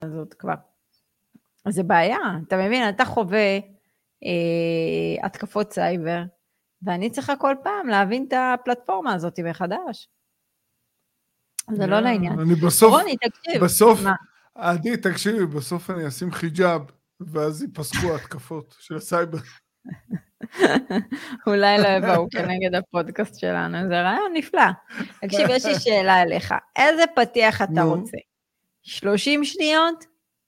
הזאת כבר. אז זה בעיה, אתה מבין, אתה חווה התקפות סייבר, ואני צריכה כל פעם להבין את הפלטפורמה הזאת מחדש. זה לא לעניין. אני בסוף, רוני, תקשיב. עדי, תקשיבי, בסוף אני אשים חיג'אב, ואז ייפסקו ההתקפות של הסייבר. אולי לא יבואו כנגד הפודקאסט שלנו, זה רעיון נפלא. תקשיב, יש לי שאלה אליך, איזה פתיח אתה רוצה? 30 שניות?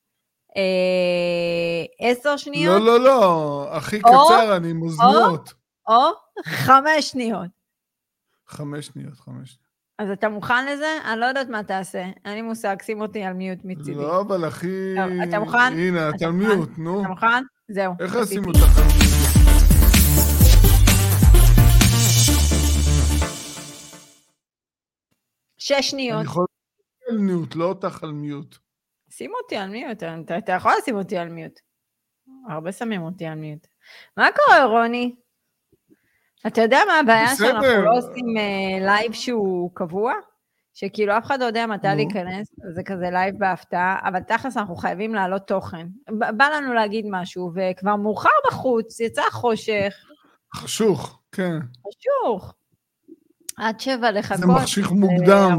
10 שניות? לא, הכי קצר, אני מוזניות. או 5 שניות. 5 שניות. אז אתה מוכן לזה? אני לא יודעת מה תעשה. אין לי מושג, שים אותי על מיוט מצידי. לא, אבל הכי... אתה מוכן? הנה, אתה על מיוט, נו. אתה מוכן? זהו. איך עשים אותך על מיוט? 6 שניות. אני יכול על מיוט, לא אותך על מיוט. שים אותי על מיוט, אתה יכול לשים אותי על מיוט. הרבה שמים אותי על מיוט. מה קורה, רוני? אתה יודע מה הבעיה שאנחנו לא עושים לייב שהוא קבוע? שכאילו אף אחד לא יודע מתי להיכנס, זה כזה לייב בהפתעה, אבל תכלס אנחנו חייבים לעלות תוכן. בא לנו להגיד משהו, וכבר מאוחר בחוץ, יצא חושך. חשוך, כן. חשוך. עד 7 לחכות. זה מחשיך מוקדם,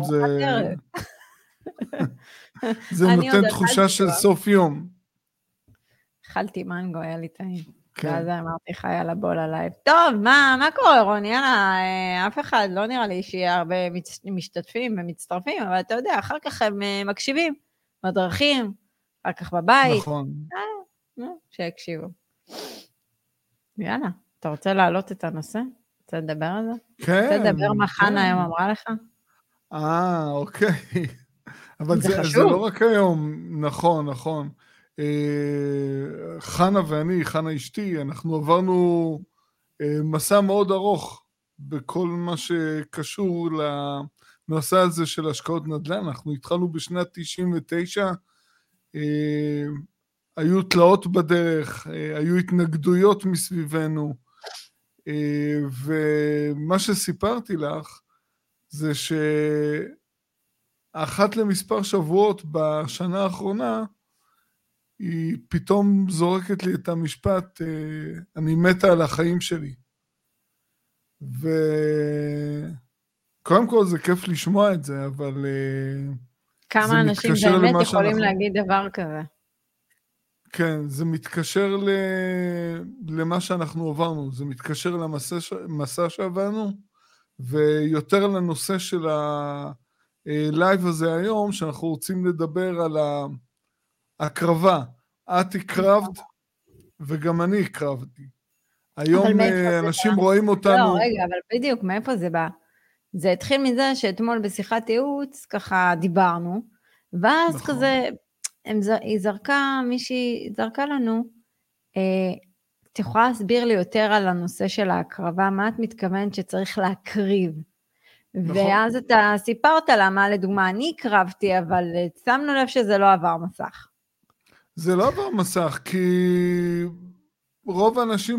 זה נותן תחושה של סוף יום. אכלתי מנגו, היה לי טעים. ואז אמרתי לך, יאללה בוא ללייב. טוב, מה קורה רוני? יאללה, אף אחד לא נראה לי שיהיה הרבה משתתפים ומצטרפים, אבל אתה יודע, אחר כך הם מקשיבים, מדרכים, אחר כך בבית. נכון. שיקשיבו. יאללה, אתה רוצה להעלות את הנושא? רוצה לדבר על זה? כן. רוצה לדבר מה חנה היום אמרה לך? אוקיי. אבל זה לא רק היום, נכון. חנה ואני, חנה אשתי, אנחנו עברנו מסע מאוד ארוך בכל מה שקשור לנושא הזה של השקעות נדל"ן. אנחנו התחלנו בשנת 99, היו תלאות בדרך, היו התנגדויות מסביבנו, ומה שסיפרתי לך זה שאחת למספר שבועות בשנה האחרונה, היא פתאום זורקת לי את המשפט, אני מתה על החיים שלי. וקודם כל זה כיף לשמוע את זה, אבל כמה אנשים באמת יכולים להגיד דבר כזה. כן, זה מתקשר למה שאנחנו עברנו, זה מתקשר למסע שעברנו, ויותר לנושא של הלייב הזה היום, שאנחנו רוצים לדבר על הקרבה. את הקרבת, וגם אני הקרבתי. היום אנשים רואים אותנו... לא, רגע, אבל בדיוק, מאיפה זה בא? זה התחיל מזה שאתמול בשיחת ייעוץ, ככה דיברנו, ואז כזה, מישהי זרקה לנו, את יכולה להסביר לי יותר על הנושא של ההקרבה, מה את מתכוונת שצריך להקריב? ואז אתה סיפרת לה, מה לדוגמה, אני הקרבתי, אבל שמנו לב שזה לא עבר מסך. זה לא עבר מסך, כי רוב האנשים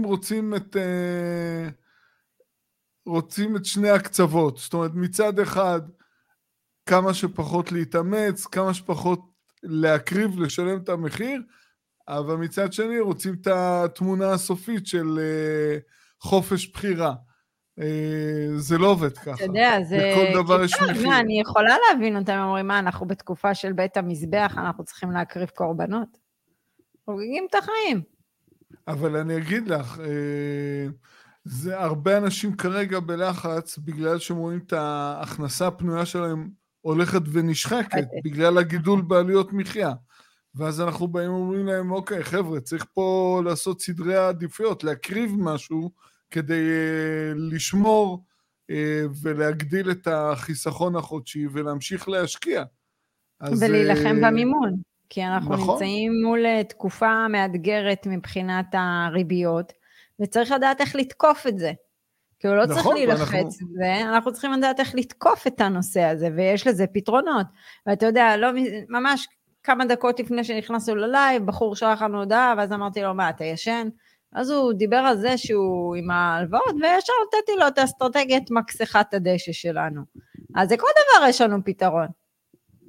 רוצים את שני הקצוות. זאת אומרת, מצד אחד, כמה שפחות להתאמץ, כמה שפחות להקריב, לשלם את המחיר, אבל מצד שני, רוצים את התמונה הסופית של חופש בחירה. זה לא עובד ככה. אתה יודע, זה... לכל דבר יש מחיר. אני יכולה להבין אותם, אומרים, אנחנו בתקופה של בית המזבח, אנחנו צריכים להקריב קורבנות. חוגגים את החיים. אבל אני אגיד לך, זה הרבה אנשים כרגע בלחץ, בגלל שהם רואים את ההכנסה הפנויה שלהם הולכת ונשחקת, בגלל הגידול בעלויות מחיה. ואז אנחנו באים ואומרים להם, אוקיי, חבר'ה, צריך פה לעשות סדרי העדיפויות, להקריב משהו, כדי לשמור ולהגדיל את החיסכון החודשי, ולהמשיך להשקיע. ולהילחם במימון. כי אנחנו נמצאים מול תקופה מאתגרת מבחינת הריביות, וצריך לדעת איך לתקוף את זה. כי הוא לא צריך להילחץ את זה, אנחנו צריכים לדעת איך לתקוף את הנושא הזה, ויש לזה פתרונות. ואתה יודע, ממש כמה דקות לפני שנכנסנו ללייב, בחור שלח לנו הודעה, ואז אמרתי לו, מה, אתה ישן? אז הוא דיבר על זה שהוא עם ההלוואות, וישר נתתי לו את האסטרטגיית מקסחת הדשא שלנו. אז זה כל דבר יש לנו פתרון.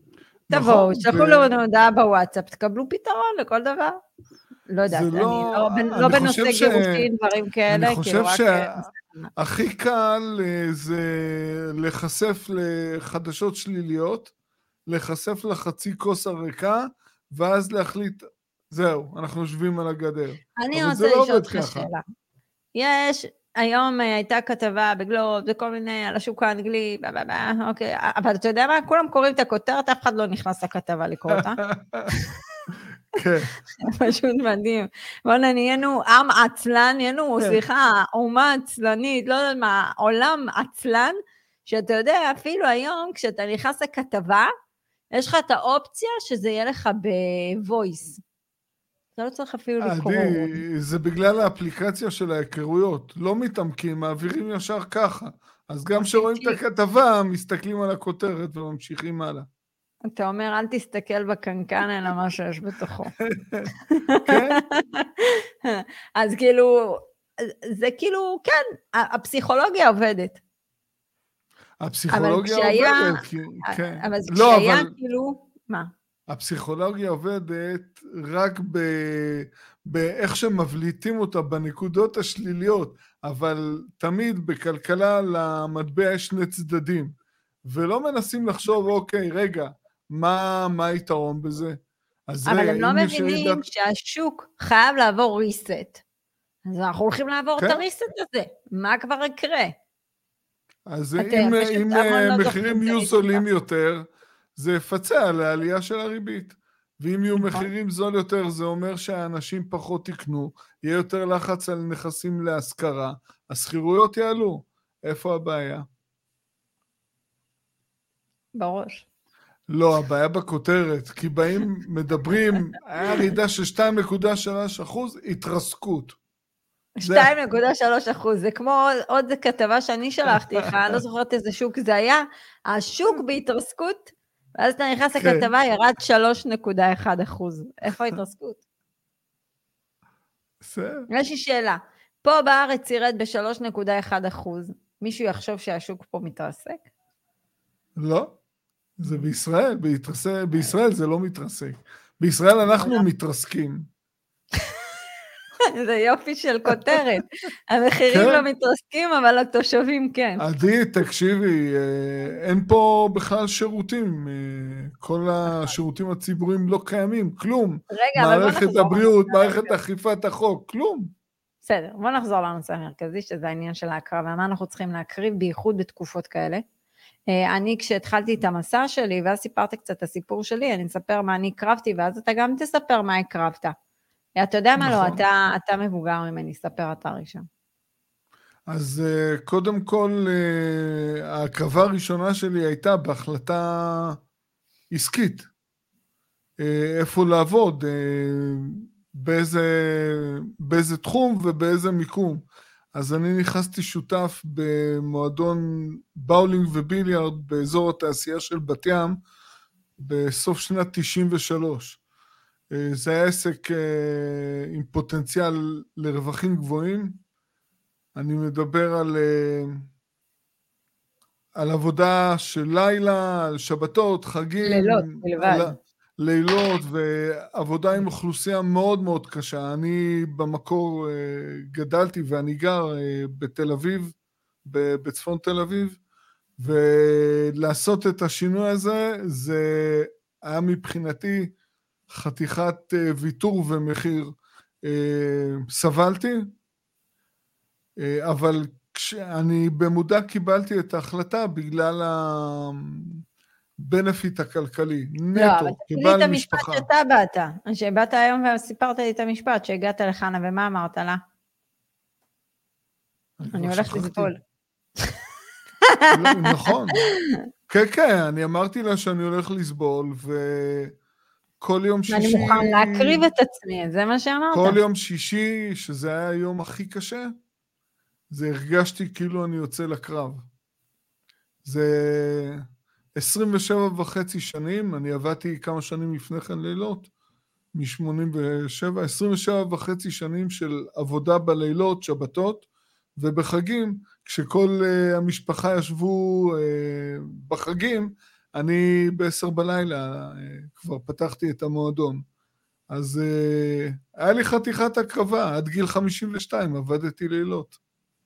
תבואו, שלחו לנו הודעה בוואטסאפ, תקבלו פתרון לכל דבר. לא יודעת, אני לא בנושא גירושין, דברים כאלה. אני חושב שהכי קל זה לחשף לחדשות שליליות, לחשף לחצי כוס הריקה, ואז להחליט, זהו, אנחנו יושבים על הגדר. אני רוצה לשאול אותך שאלה. היום הייתה כתבה בגלוב, וכל מיני על השוק האנגלי, אוקיי, אבל אתה יודע מה? כולם קוראים את הכותרת, אף אחד לא נכנס לכתבה לקרוא אותה. כן. פשוט מדהים. בוא נהיינו עם עצלן, נהיינו, סליחה, אומה עצלנית, לא יודעת מה, עולם עצלן, שאתה יודע, אפילו היום, כשאתה נכנס לכתבה, יש לך את האופציה שזה יהיה לך בוויס. אתה לא צריך אפילו לקרוא. זה בגלל האפליקציה של ההיכרויות. לא מתעמקים, מעבירים ישר ככה. אז גם שרואים את הכתבה, מסתכלים על הכותרת וממשיכים הלאה. אתה אומר, אל תסתכל בקנקן, אלא מה שיש בתוכו. כן. אז כאילו, זה כאילו, כן, הפסיכולוגיה עובדת. הפסיכולוגיה עובדת, כן. אבל כשהיה כאילו, מה? הפסיכולוגיה עובדת רק באיך שמבליטים אותה בנקודות השליליות, אבל תמיד בכלכלה למטבע יש שני צדדים, ולא מנסים לחשוב, אוקיי, רגע, מה היתרון בזה? אבל הם לא מבינים שהשוק חייב לעבור ריסט. אז אנחנו הולכים לעבור את הריסט הזה. מה כבר יקרה? אז אם מחירים יהיו זולים יותר, זה יפצה על העלייה של הריבית. ואם יהיו מחירים זול יותר, זה אומר שהאנשים פחות יקנו, יהיה יותר לחץ על נכסים להשכרה, השכירויות יעלו. איפה הבעיה? בראש. לא, הבעיה בכותרת, כי באים מדברים, היה ירידה של 2.3%, התרסקות. 2.3%, זה כמו עוד כתבה שאני שלחתי לך, אני לא זוכרת איזה שוק זה היה, השוק בהתרסקות, ואז אתה נכנס לכתבה, ירד 3.1%. איפה ההתרסקות? יש לי שאלה, פה בארץ ירד ב3.1%, מישהו יחשוב שהשוק פה מתרסק? לא. זה בישראל, בישראל זה לא מתרסק. בישראל אנחנו מתרסקים. זה יופי של כותרת. המחירים לא מתרסקים, אבל התושבים כן. עדי, תקשיבי, אין פה בכלל שירותים. כל השירותים הציבוריים לא קיימים, כלום. מערכת הבריאות, מערכת אכיפת החוק, כלום. בסדר, בוא נחזור לנושא המרכזי, שזה העניין של ההקרבה. מה אנחנו צריכים להקריב, בייחוד בתקופות כאלה? אני כשהתחלתי את המסע שלי, ואז סיפרתי קצת את הסיפור שלי, אני אספר מה אני הקרבתי, ואז אתה גם תספר מה הקרבת. אתה יודע מה לא, אתה מבוגר ממני, ספר אתה ראשון. אז קודם כל, ההקרבה הראשונה שלי הייתה בהחלטה עסקית. איפה לעבוד, באיזה תחום ובאיזה מיקום. אז אני נכנסתי שותף במועדון באולינג וביליארד באזור התעשייה של בת ים בסוף שנת 93. זה היה עסק עם פוטנציאל לרווחים גבוהים. אני מדבר על עבודה של לילה, על שבתות, חגים. לילות, בלבד. לילות ועבודה עם אוכלוסייה מאוד מאוד קשה. אני במקור גדלתי ואני גר בתל אביב, בצפון תל אביב, ולעשות את השינוי הזה, זה היה מבחינתי חתיכת ויתור ומחיר. סבלתי, אבל כשאני במודע קיבלתי את ההחלטה בגלל בנפיט הכלכלי, נטו, כבעל את המשפט שאתה באת, שבאת היום וסיפרת לי את המשפט, שהגעת לחנה, ומה אמרת לה? אני הולך לסבול. נכון. כן, אני אמרתי לה שאני הולך לסבול, וכל יום שישי... אני מוכן להקריב את עצמי, זה מה שאמרת. כל יום שישי, שזה היה היום הכי קשה, זה הרגשתי כאילו אני יוצא לקרב. זה 27.5 שנים, אני עבדתי כמה שנים לפני כן לילות, מ-87, 27.5 שנים של עבודה בלילות, שבתות, ובחגים, כשכל המשפחה ישבו בחגים, אני ב-10 בלילה כבר פתחתי את המועדון. אז היה לי חתיכת הקרבה, עד גיל 52 עבדתי לילות.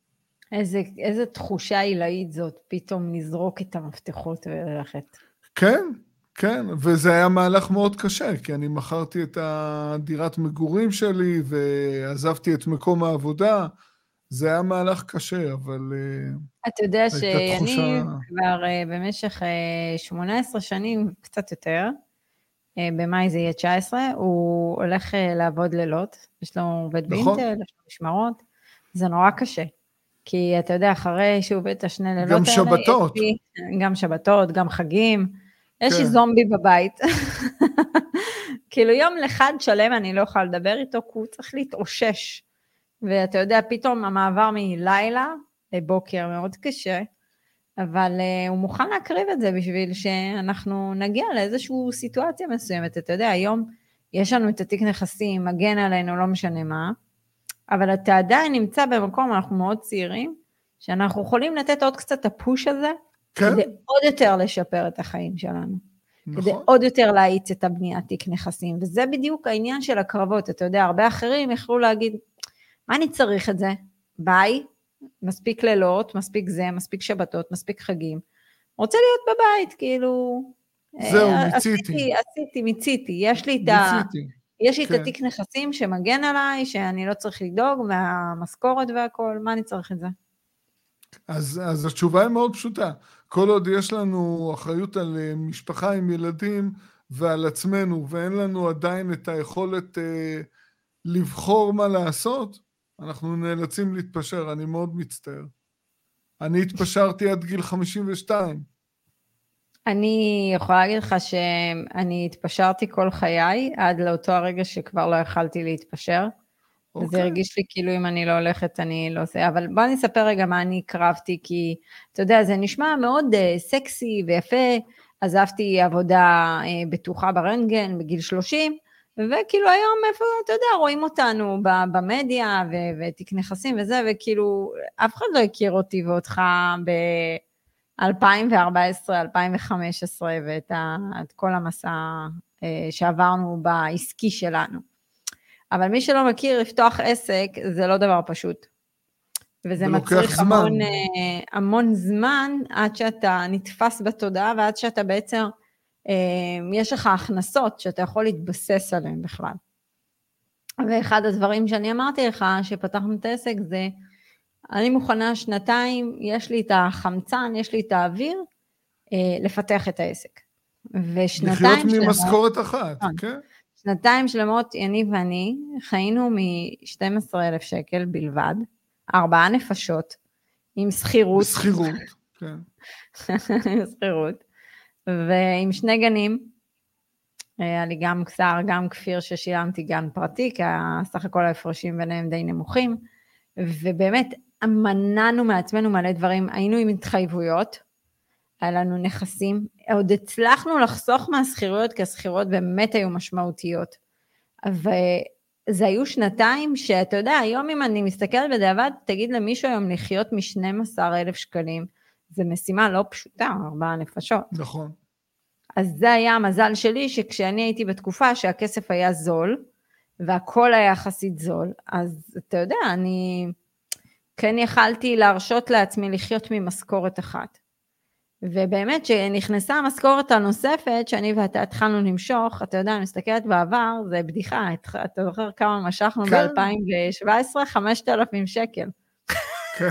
איזה תחושה עילאית זאת, פתאום נזרוק את המפתחות וללכת. כן, כן, וזה היה מהלך מאוד קשה, כי אני מכרתי את הדירת מגורים שלי, ועזבתי את מקום העבודה, זה היה מהלך קשה, אבל אתה יודע שאני כבר במשך 18 שנים, קצת יותר, במאי זה יהיה 19, הוא הולך לעבוד לילות, יש לו עובד באינטל, יש לו משמרות, זה נורא קשה. כי אתה יודע, אחרי שהוא עובד את השני לילות גם שבתות. גם שבתות, גם חגים, יש לי זומבי בבית. כאילו יום אחד שלם אני לא יכולה לדבר איתו, כי הוא צריך להתאושש. ואתה יודע, פתאום המעבר מלילה לבוקר מאוד קשה, אבל הוא מוכן להקריב את זה בשביל שאנחנו נגיע לאיזושהי סיטואציה מסוימת. אתה יודע, היום יש לנו את התיק נכסים, מגן עלינו, לא משנה מה, אבל אתה עדיין נמצא במקום, אנחנו מאוד צעירים, שאנחנו יכולים לתת עוד קצת הפוש הזה, כן? כדי עוד יותר לשפר את החיים שלנו. נכון. כדי עוד יותר להאיץ את הבניית תיק נכסים, וזה בדיוק העניין של הקרבות. אתה יודע, הרבה אחרים יכלו להגיד, מה אני צריך את זה? ביי, מספיק לילות, מספיק זה, מספיק שבתות, מספיק חגים. רוצה להיות בבית, כאילו... זהו, מיציתי. מיציתי. יש לי את התיק נכסים שמגן עליי, שאני לא צריך לדאוג, מהמשכורת והכל, מה אני צריך את זה? אז התשובה היא מאוד פשוטה. כל עוד יש לנו אחריות על משפחה עם ילדים ועל עצמנו, ואין לנו עדיין את היכולת לבחור מה לעשות, אנחנו נאלצים להתפשר, אני מאוד מצטער. אני התפשרתי עד גיל 52. אני יכולה להגיד לך שאני התפשרתי כל חיי, עד לאותו הרגע שכבר לא יכלתי להתפשר. זה הרגיש לי כאילו אם אני לא הולכת, אני לא עושה. אבל בוא נספר רגע מה אני הקרבתי, כי אתה יודע, זה נשמע מאוד סקסי ויפה. עזבתי עבודה בטוחה ברנטגן בגיל 30, וכאילו היום איפה, אתה יודע, רואים אותנו במדיה ותיק נכסים וזה, וכאילו אף אחד לא הכיר אותי ואותך ב-2014, 2015, ואת כל המסע שעברנו בעסקי שלנו. אבל מי שלא מכיר, לפתוח עסק, זה לא דבר פשוט. וזה מצריך המון זמן, עד שאתה נתפס בתודעה, ועד שאתה בעצם, יש לך הכנסות, שאתה יכול להתבסס עליהן בכלל. ואחד הדברים שאני אמרתי לך, שפתחנו את העסק, זה, אני מוכנה 2, יש לי את החמצן, יש לי את האוויר, לפתח את העסק. לחיות ממשכורת אחת, כן? 2 שלמות, יניב ואני, חיינו מ-12,000 שקל בלבד, 4 נפשות, עם שכירות. שכירות, כן. עם שכירות. ועם 2 גנים, היה לי גם קצר, גם כפיר ששילמתי גן פרטי, כי סך הכל ההפרשים ביניהם די נמוכים, ובאמת מנענו מעצמנו מלא דברים, היינו עם התחייבויות, היה לנו נכסים, עוד הצלחנו לחסוך מהשכירויות, כי השכירויות באמת היו משמעותיות, וזה היו 2 שאתה יודע, היום אם אני מסתכלת בדיעבד, תגיד למישהו היום לחיות מ-12,000 שקלים, זה משימה לא פשוטה, 4 נפשות. נכון. אז זה היה המזל שלי, שכשאני הייתי בתקופה שהכסף היה זול, והכל היה יחסית זול, אז אתה יודע, אני כן יכלתי להרשות לעצמי לחיות ממשכורת אחת. ובאמת שנכנסה המשכורת הנוספת, שאני ואתה התחלנו למשוך, אתה יודע, אני מסתכלת בעבר, זה בדיחה, אתה זוכר כמה משכנו ב-2017? 5,000 שקל. כן.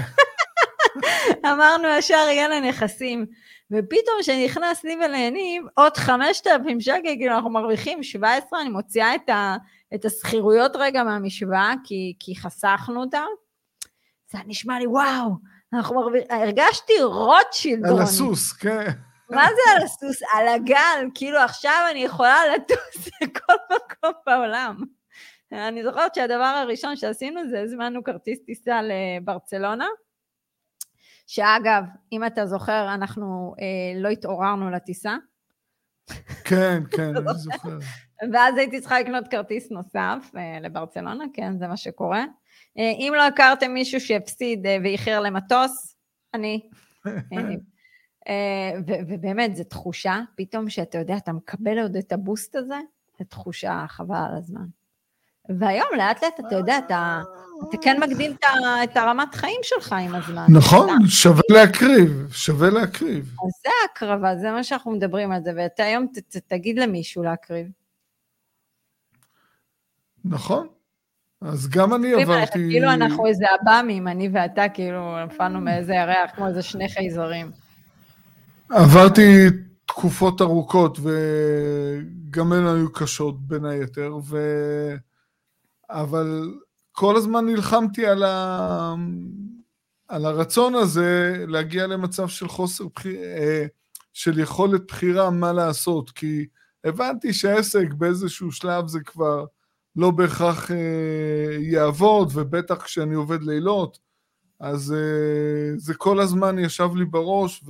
אמרנו ישר יהיה לנכסים, ופתאום שנכנס לי ולעניב, עוד 5,000 שקל, כאילו אנחנו מרוויחים 17, אני מוציאה את הסחירויות רגע מהמשוואה, כי חסכנו אותה, זה נשמע לי וואו, הרגשתי רוטשילד. על הסוס, כן. מה זה על הסוס? על הגל, כאילו עכשיו אני יכולה לטוס לכל מקום בעולם. אני זוכרת שהדבר הראשון שעשינו זה, הזמנו כרטיס טיסה לברצלונה, שאגב, אם אתה זוכר, אנחנו לא התעוררנו לטיסה. כן, כן, אני זוכר. ואז הייתי צריכה לקנות כרטיס נוסף לברצלונה, כן, זה מה שקורה. אם לא הכרתם מישהו שהפסיד ואיחר למטוס, אני. ובאמת, זו תחושה, פתאום שאתה יודע, אתה מקבל עוד את הבוסט הזה, זו תחושה חבל על הזמן. והיום לאט לאט אתה יודע, אתה כן מגדיל את הרמת חיים שלך עם הזמן. נכון, שווה להקריב, שווה להקריב. אז זה ההקרבה, זה מה שאנחנו מדברים על זה, ואתה היום תגיד למישהו להקריב. נכון, אז גם אני עברתי... כאילו אנחנו איזה אב"מים, אני ואתה כאילו נפלנו מאיזה ירח, כמו איזה שני חייזרים. עברתי תקופות ארוכות, וגם הן היו קשות בין היתר, אבל כל הזמן נלחמתי על הרצון הזה להגיע למצב של של יכולת בחירה מה לעשות, כי הבנתי שהעסק באיזשהו שלב זה כבר לא בהכרח יעבוד, ובטח כשאני עובד לילות, אז זה כל הזמן ישב לי בראש,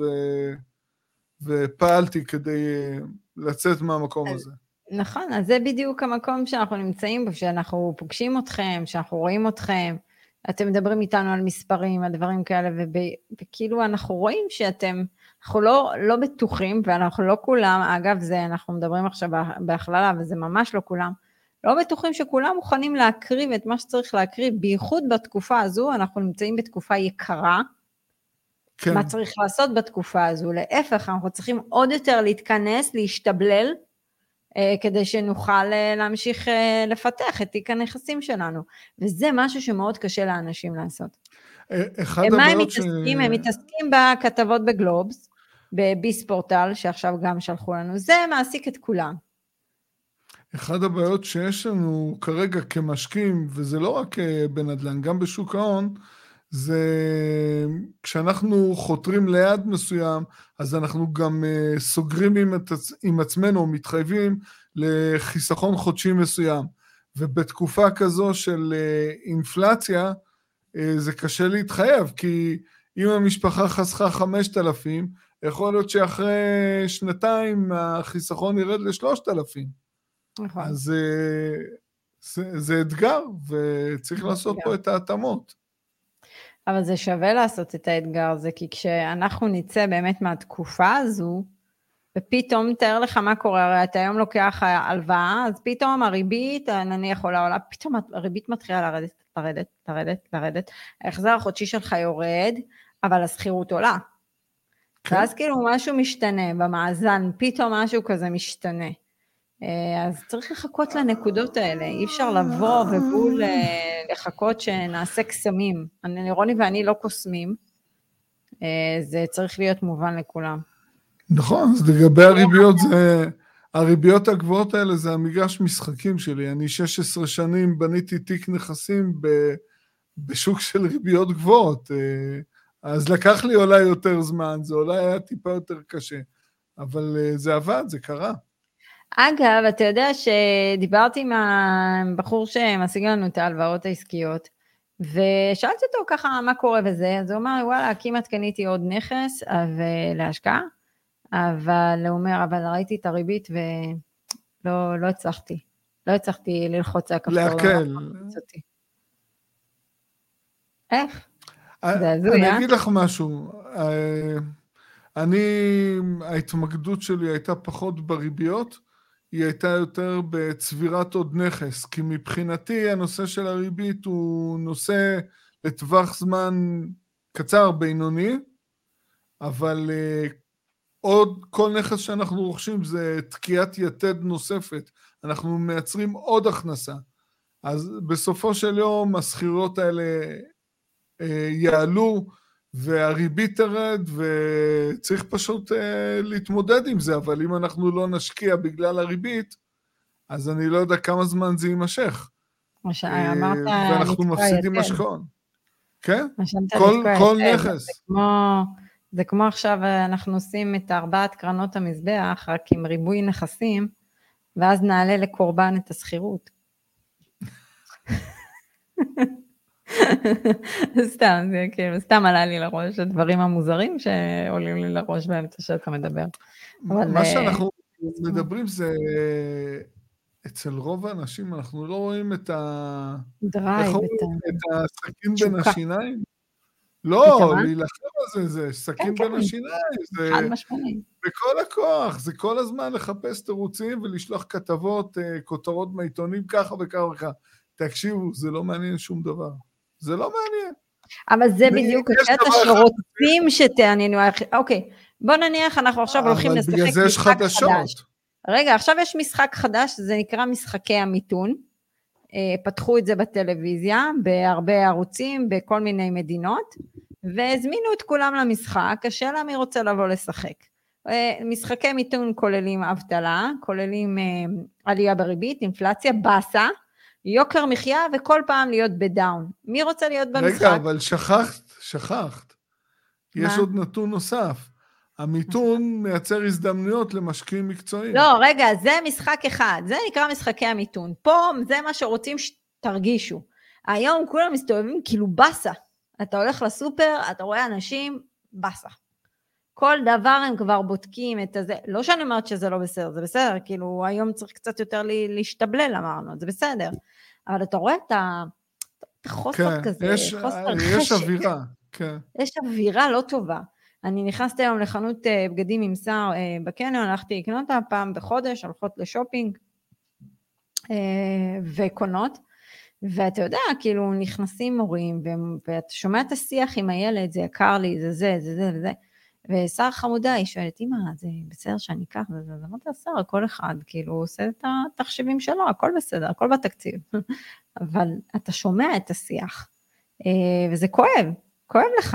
ופעלתי כדי לצאת מהמקום הזה. נכון, אז זה בדיוק המקום שאנחנו נמצאים בו, שאנחנו פוגשים אתכם, שאנחנו רואים אתכם, אתם מדברים איתנו על מספרים, על דברים כאלה, וכאילו אנחנו רואים שאתם, אנחנו לא בטוחים, ואנחנו לא כולם, אגב זה, אנחנו מדברים עכשיו בהכללה, וזה ממש לא כולם, לא בטוחים שכולם מוכנים להקריב את מה שצריך להקריב, בייחוד בתקופה הזו, אנחנו נמצאים בתקופה יקרה, כן. מה צריך לעשות בתקופה הזו? להפך, אנחנו צריכים עוד יותר להתכנס, להשתבלל, כדי שנוכל להמשיך לפתח את תיק הנכסים שלנו. וזה משהו שמאוד קשה לאנשים לעשות. מה הם מתעסקים? הם מתעסקים בכתבות בגלובס, בביספורטל, שעכשיו גם שלחו לנו. זה מעסיק את כולם. אחד הבעיות שיש לנו כרגע כמשקיעים, וזה לא רק בנדל"ן, גם בשוק ההון, זה כשאנחנו חותרים ליעד מסוים, אז אנחנו גם סוגרים עם עצמנו, מתחייבים לחיסכון חודשי מסוים, ובתקופה כזו של אינפלציה, זה קשה להתחייב, כי אם המשפחה חסכה 5,000, יכול להיות שאחרי שנתיים החיסכון ירד ל3,000. נכון. אז זה אתגר, וצריך לעשות פה את ההתאמות. אבל זה שווה לעשות את האתגר הזה, כי כשאנחנו נצא באמת מהתקופה הזו, ופתאום תאר לך מה קורה, הרי אתה היום לוקח הלוואה, אז פתאום הריבית, נניח עולה, פתאום הריבית מתחילה לרדת, ההחזר החודשי שלך יורד, אבל השכירות עולה. כן. ואז כאילו משהו משתנה במאזן, פתאום משהו כזה משתנה. אז צריך לחכות לנקודות האלה, אי אפשר לבוא ובול לחכות שנעשה קסמים. רוני ואני לא קוסמים, זה צריך להיות מובן לכולם. נכון, אז לגבי הריביות, הריביות הגבוהות האלה זה המגרש משחקים שלי, אני 16 שנים בניתי תיק נכסים בשוק של ריביות גבוהות, אז לקח לי אולי יותר זמן, זה אולי היה טיפה יותר קשה, אבל זה עבד, זה קרה. אגב, אתה יודע שדיברתי עם הבחור שמשיג לנו את ההלוואות העסקיות, ושאלתי אותו ככה מה קורה וזה, אז הוא אמר, וואלה, כמעט קניתי עוד נכס להשקעה, אבל הוא אומר, אבל ראיתי את הריבית ולא הצלחתי, לא הצלחתי ללחוץ הכפתור. להקל. איך? אני אגיד לך משהו, ההתמקדות שלי הייתה פחות בריביות, היא הייתה יותר בצבירת עוד נכס, כי מבחינתי הנושא של הריבית הוא נושא לטווח זמן קצר בינוני, אבל עוד כל נכס שאנחנו רוכשים זה תקיעת יתד נוספת, אנחנו מייצרים עוד הכנסה, אז בסופו של יום הסחירות האלה יעלו, והריבית תרד, וצריך פשוט להתמודד עם זה, אבל אם אנחנו לא נשקיע בגלל הריבית, אז אני לא יודע כמה זמן זה יימשך. מה שאמרת, ואנחנו מפסידים משכון. כן? כל נכס. זה כמו עכשיו אנחנו עושים את 4 קרנות המזבח, רק עם ריבוי נכסים, ואז נעלה לקורבן את הסחירות. סתם עלה לי לראש הדברים המוזרים שעולים לי לראש באמצע שאתה מדבר. מה שאנחנו מדברים זה, אצל רוב האנשים אנחנו לא רואים את הסכין בין השיניים. לא, להילחם על זה סכין בין השיניים, זה חד משמעית. בכל הכוח, זה כל הזמן לחפש תירוצים ולשלוח כתבות, כותרות מהעיתונים ככה וככה וככה. תקשיבו, זה לא מעניין שום דבר. זה לא מעניין. אבל זה בדיוק הקטע שרוצים שתעניינו. אוקיי, בוא נניח אנחנו עכשיו הולכים לשחק משחק חדש. אבל בגלל זה יש חדשות. רגע, עכשיו יש משחק חדש, זה נקרא משחקי המיתון. פתחו את זה בטלוויזיה, בהרבה ערוצים, בכל מיני מדינות, והזמינו את כולם למשחק, השאלה מי רוצה לבוא לשחק. משחקי מיתון כוללים אבטלה, כוללים עלייה בריבית, אינפלציה, בסה, יוקר מחיה, וכל פעם להיות בדאון. מי רוצה להיות במשחק? רגע, אבל שכחת. יש עוד נתון נוסף. המיתון מייצר הזדמנויות למשקיעים מקצועיים. לא, רגע, זה משחק אחד. זה נקרא משחקי המיתון. פה זה מה שרוצים שתרגישו. היום כולם מסתובבים כאילו בסה. אתה הולך לסופר, אתה רואה אנשים בסה. כל דבר הם כבר בודקים את הזה. לא שאני אומרת שזה לא בסדר, זה בסדר. כאילו היום צריך קצת יותר להשתבלל, אמרנו, זה בסדר. אבל אתה רואה את החוסר כזה, חוסר חשק. יש אווירה, כן. יש אווירה לא טובה. אני נכנסתי היום לחנות בגדים עם שר בקניון, הלכתי לקנות אותה פעם בחודש, הולכות לשופינג וקונות, ואתה יודע, כאילו נכנסים מורים, ואתה שומע את השיח עם הילד, זה יקר לי, זה, ושר חמודה, היא שואלת, אמא, זה בסדר שאני אקח, זה אמרת השר, כל אחד, כאילו, הוא עושה את התחשיבים שלו, הכל בסדר, הכל בתקציב, אבל אתה שומע את השיח, וזה כואב לך.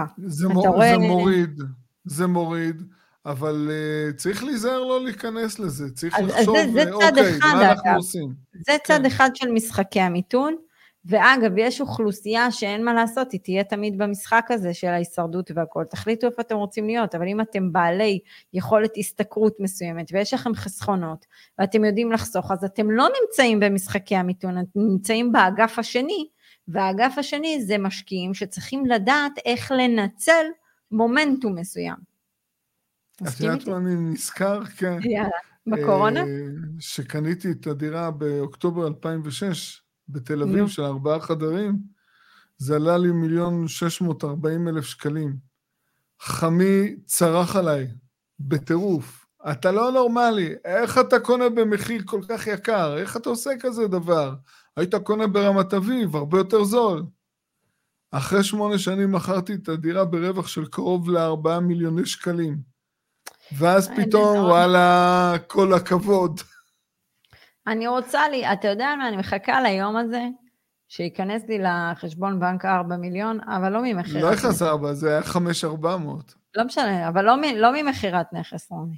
זה מוריד, אבל צריך להיזהר לא להיכנס לזה, צריך לחשוב, אוקיי, מה אנחנו עושים? זה צד אחד של משחקי המיתון, ואגב, יש אוכלוסייה שאין מה לעשות, היא תהיה תמיד במשחק הזה של ההישרדות והכל, תחליטו איפה אתם רוצים להיות, אבל אם אתם בעלי יכולת הסתכרות מסוימת, ויש לכם חסכונות, ואתם יודעים לחסוך, אז אתם לא נמצאים במשחקי המיתון, אתם נמצאים באגף השני, והאגף השני זה משקיעים שצריכים לדעת איך לנצל מומנטום מסוים. את יודעת מה אני נזכר? כן. יאללה, בקורונה? שקניתי את הדירה באוקטובר 2006, בתל אביב של 4 חדרים, זה עלה לי 1,640,000 שקלים. חמי צרח עליי, בטירוף. אתה לא נורמלי, איך אתה קונה במחיר כל כך יקר? איך אתה עושה כזה דבר? היית קונה ברמת אביב, הרבה יותר זול. אחרי 8 שנים מכרתי את הדירה ברווח של קרוב ל4 מיליוני שקלים. ואז פתאום, וואלה, כל הכבוד. אני רוצה אתה יודע מה, אני מחכה ליום הזה, שיכנס לי לחשבון בנק 4 מיליון, אבל לא ממחירת. לא יחס 4, זה היה 5,400. לא משנה, אבל לא ממחירת נכס, רוני.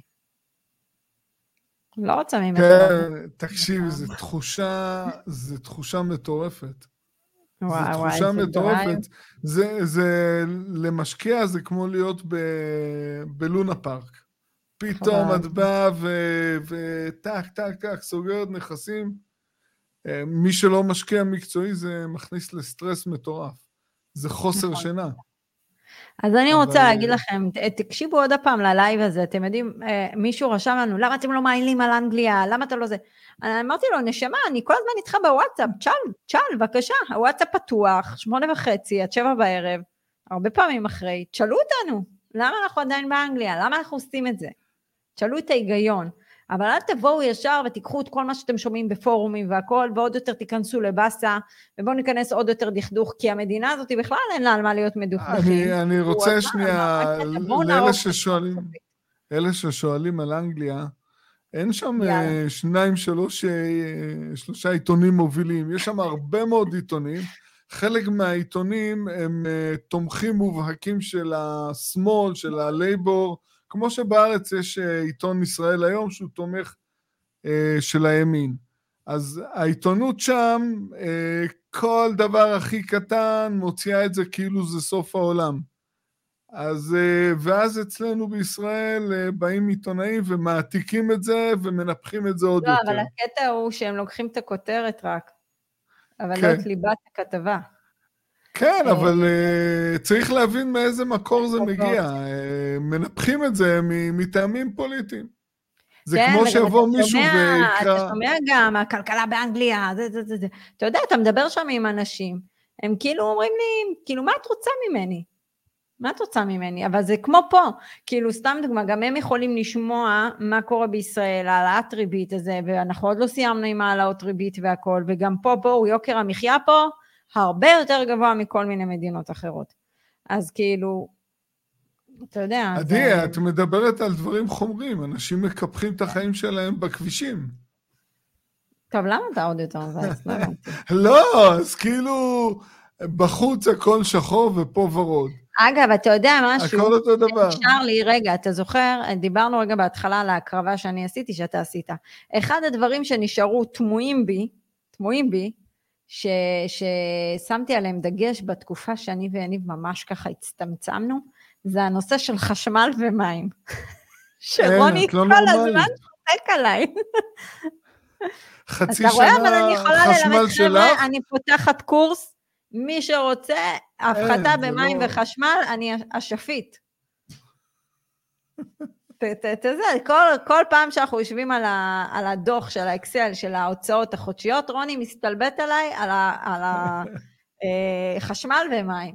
לא רוצה ממחירת. כן, תקשיב, זה תחושה מטורפת. זו תחושה מטורפת. זה למשקיע, זה כמו להיות בלונה פארק. פתאום את באה וטק, טק, טק, סוגרת נכסים. מי שלא משקיע מקצועי, זה מכניס לסטרס מטורף. זה חוסר שינה. אז אני רוצה להגיד לכם, תקשיבו עוד הפעם ללייב הזה, אתם יודעים, מישהו רשם לנו, למה אתם לא מעלים על אנגליה, למה אתה לא זה? אני אמרתי לו, נשמה, אני כל הזמן איתך בוואטסאפ, צ'ל, בבקשה, הוואטסאפ פתוח, 8:30 עד 7 בערב, הרבה פעמים אחרי, תשאלו אותנו, למה אנחנו עדיין באנגליה, למה אנחנו עושים את זה? תשאלו את ההיגיון, אבל אל תבואו ישר ותיקחו את כל מה שאתם שומעים בפורומים והכל, ועוד יותר תיכנסו לבאסה, ובואו ניכנס עוד יותר דכדוך, כי המדינה הזאת היא בכלל אין לה על מה להיות מדוכדכים. אני רוצה שנייה, אלה ששואלים על אנגליה, אין שם 2-3 עיתונים מובילים, יש שם הרבה מאוד עיתונים, חלק מהעיתונים הם תומכים מובהקים של השמאל, של הלייבור, כמו שבארץ יש עיתון ישראל היום שהוא תומך של הימין. אז העיתונות שם, כל דבר הכי קטן מוציאה את זה כאילו זה סוף העולם. ואז אצלנו בישראל באים עיתונאים ומעתיקים את זה ומנפחים את זה עוד יותר. לא, אבל הקטע הוא שהם לוקחים את הכותרת רק, אבל לא את ליבת הכתבה. כן, אבל צריך להבין מאיזה מקור זה מגיע. מנפחים את זה מטעמים פוליטיים. זה כמו שיבוא מישהו ויקרא... אתה שומע גם, הכלכלה באנגליה, זה. אתה יודע, אתה מדבר שם עם אנשים, הם כאילו אומרים לי, כאילו, מה את רוצה ממני? מה את רוצה ממני? אבל זה כמו פה, כאילו סתם דוגמה, גם הם יכולים לשמוע מה קורה בישראל, העלאת ריבית הזה, ואנחנו עוד לא סיימנו עם העלאות ריבית והכל, וגם פה, יוקר המחיה פה, הרבה יותר גבוה מכל מיני מדינות אחרות. אז כאילו, אתה יודע, עדי, את מדברת על דברים חומרים, אנשים מקפחים את החיים שלהם בכבישים. טוב, למה אתה עוד יותר מבאס? לא הבנתי. לא, אז כאילו, בחוץ הכל שחור ופה ורוד. אגב, אתה יודע משהו, הכל אותו דבר. אפשר לי, רגע, אתה זוכר, דיברנו רגע בהתחלה על ההקרבה שאני עשיתי, שאתה עשית. אחד הדברים שנשארו תמוהים בי, ששמתי עליהם דגש בתקופה שאני ויניב ממש ככה הצטמצמנו, זה הנושא של חשמל ומים. שרוני כל הזמן צוחק עליי. חצי שנה חשמל שלך? אני פותחת קורס, מי שרוצה, הפחתה במים וחשמל, אני השפית. כל פעם שאנחנו יושבים על הדוח של האקסל, של ההוצאות החודשיות, רוני מסתלבט עליי על החשמל ומים.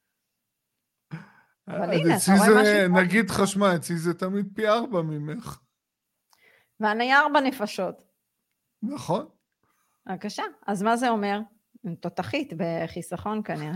אבל הנה, אתה רואה משהו? נגיד חשמל, אצלי זה תמיד פי 4 ממך. ואני 4 נפשות. נכון. בבקשה, אז מה זה אומר? תותחית בחיסכון כנראה.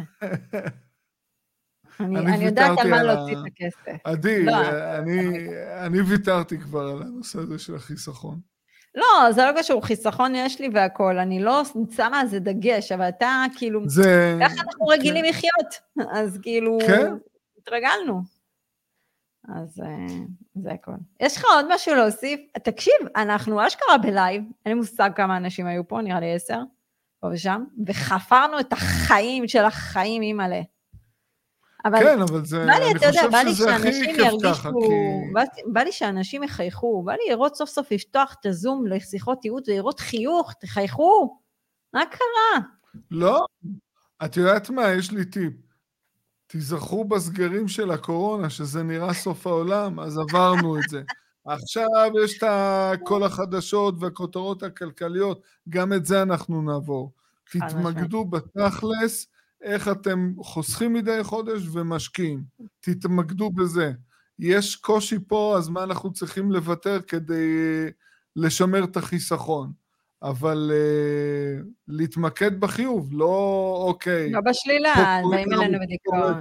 אני יודעת על מה להוציא את הכסף. עדי, אני ויתרתי כבר על הנושא הזה של החיסכון. לא, זה לא קשור, חיסכון יש לי והכל, אני לא שמה על זה דגש, אבל אתה כאילו, ככה אנחנו רגילים לחיות, אז כאילו, התרגלנו. אז זה הכל. יש לך עוד משהו להוסיף? תקשיב, אנחנו אשכרה בלייב, אין לי מושג כמה אנשים היו פה, נראה לי 10, פה ושם, וחפרנו את החיים של החיים אימאלה. כן, אבל זה, אני חושב שזה הכי כיף ככה, בא לי שאנשים יחייכו, בא לי לראות סוף סוף לפתוח את הזום לשיחות ייעוץ, ולראות חיוך, תחייכו, מה קרה? לא, את יודעת מה, יש לי טיפ, תזכרו בסגרים של הקורונה, שזה נראה סוף העולם, אז עברנו את זה. עכשיו יש את כל החדשות והכותרות הכלכליות, גם את זה אנחנו נעבור. תתמקדו בתכלס, איך אתם חוסכים מדי חודש ומשקיעים. תתמקדו בזה. יש קושי פה, אז מה אנחנו צריכים לוותר כדי לשמר את החיסכון. אבל להתמקד בחיוב, לא אוקיי. לא בשלילה, באים אלינו בדיכאון.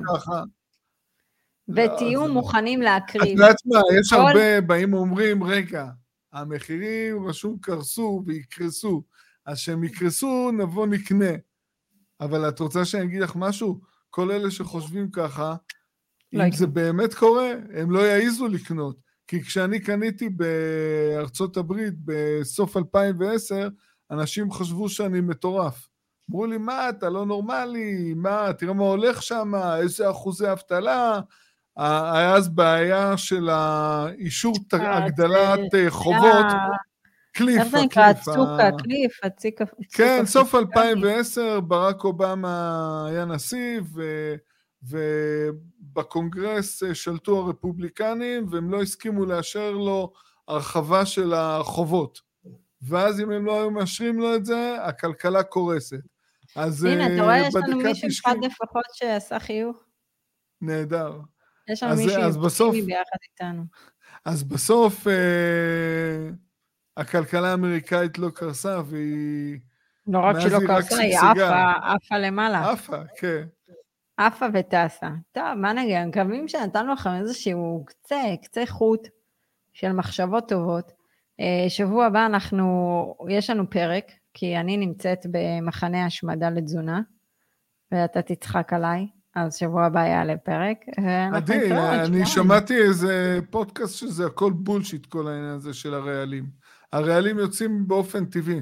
ותהיו מוכנים להקריב. את יודעת מה, יש הרבה באים ואומרים, רגע, המחירים רשום קרסו ויקרסו, אז שהם יקרסו נבוא נקנה. אבל את רוצה שאני אגיד לך משהו? כל אלה שחושבים ככה, אם זה באמת קורה, הם לא יעיזו לקנות. כי כשאני קניתי בארצות הברית בסוף 2010, אנשים חשבו שאני מטורף. אמרו לי, מה, אתה לא נורמלי? מה, תראה מה הולך שם, איזה אחוזי אבטלה. היה אז בעיה של האישור הגדלת חובות. קליף, איך זה נקרא? קליף. כן, סוף 2010, ברק אובמה היה נשיא, ובקונגרס שלטו הרפובליקנים, והם לא הסכימו לאשר לו הרחבה של החובות. ואז אם הם לא היו מאשרים לו את זה, הכלכלה קורסת. הנה, אתה רואה, יש לנו מישהו אחד לפחות שעשה חיוך? נהדר. יש לנו מישהו ביחד איתנו. אז בסוף הכלכלה האמריקאית לא קרסה, והיא... לא רק שלא קרסה, היא עפה למעלה. עפה, כן. עפה וטסה. טוב, מה נגיד? מקווים שנתנו לכם איזשהו קצה חוט של מחשבות טובות. שבוע הבא יש לנו פרק, כי אני נמצאת במחנה השמדה לתזונה, ואתה תצחק עליי, אז שבוע הבא יעלה פרק. עדי, אני שמעתי איזה פודקאסט שזה הכל בולשיט, כל העניין הזה של הרעלים. הרעלים יוצאים באופן טבעי.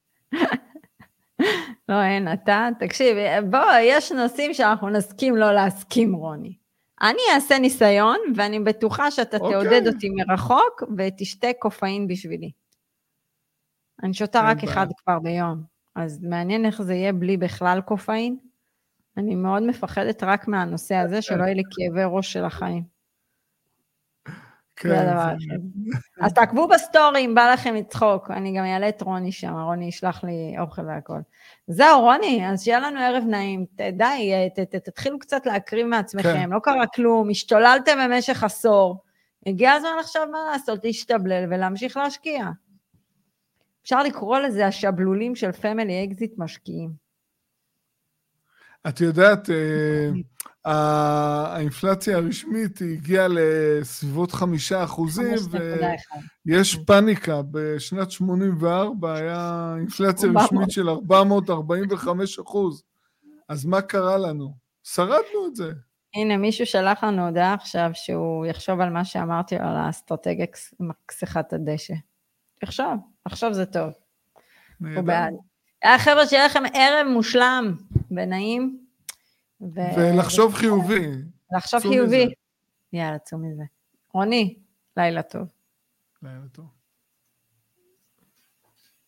לא, אין, תקשיב, בוא, יש נושאים שאנחנו נסכים לא להסכים, רוני. אני אעשה ניסיון, ואני בטוחה שאתה תעודד אותי מרחוק, ותשתה קופאין בשבילי. אני שותה רק אחד כבר ביום, אז מעניין איך זה יהיה בלי בכלל קופאין. אני מאוד מפחדת רק מהנושא הזה, שלא יהיה לי כאבי ראש של החיים. זה הדבר השני. אז תעקבו בסטורי אם בא לכם לצחוק, אני גם אעלה את רוני שם, רוני ישלח לי אוכל והכל. זהו רוני, אז שיהיה לנו ערב נעים, די, תתחילו קצת להקריב מעצמכם, לא קרה כלום, השתוללתם במשך עשור, הגיע הזמן עכשיו מה לעשות, להשתבלל ולהמשיך להשקיע. אפשר לקרוא לזה השבלולים של פמילי אקזיט משקיעים. את יודעת, האינפלציה הרשמית היא הגיעה לסביבות 5%, ויש פאניקה. בשנת 84 היה אינפלציה רשמית של 445%. אז מה קרה לנו? שרדנו את זה. הנה, מישהו שלח לנו הודעה עכשיו שהוא יחשוב על מה שאמרתי על האסטרטגיה מכסחת הדשא. עכשיו זה טוב. הוא בעד. חבר'ה, שיהיה לכם ערב מושלם ונעים. ולחשוב חיובי. לחשוב חיובי. יאללה, צאו מזה. רוני, לילה טוב. לילה טוב.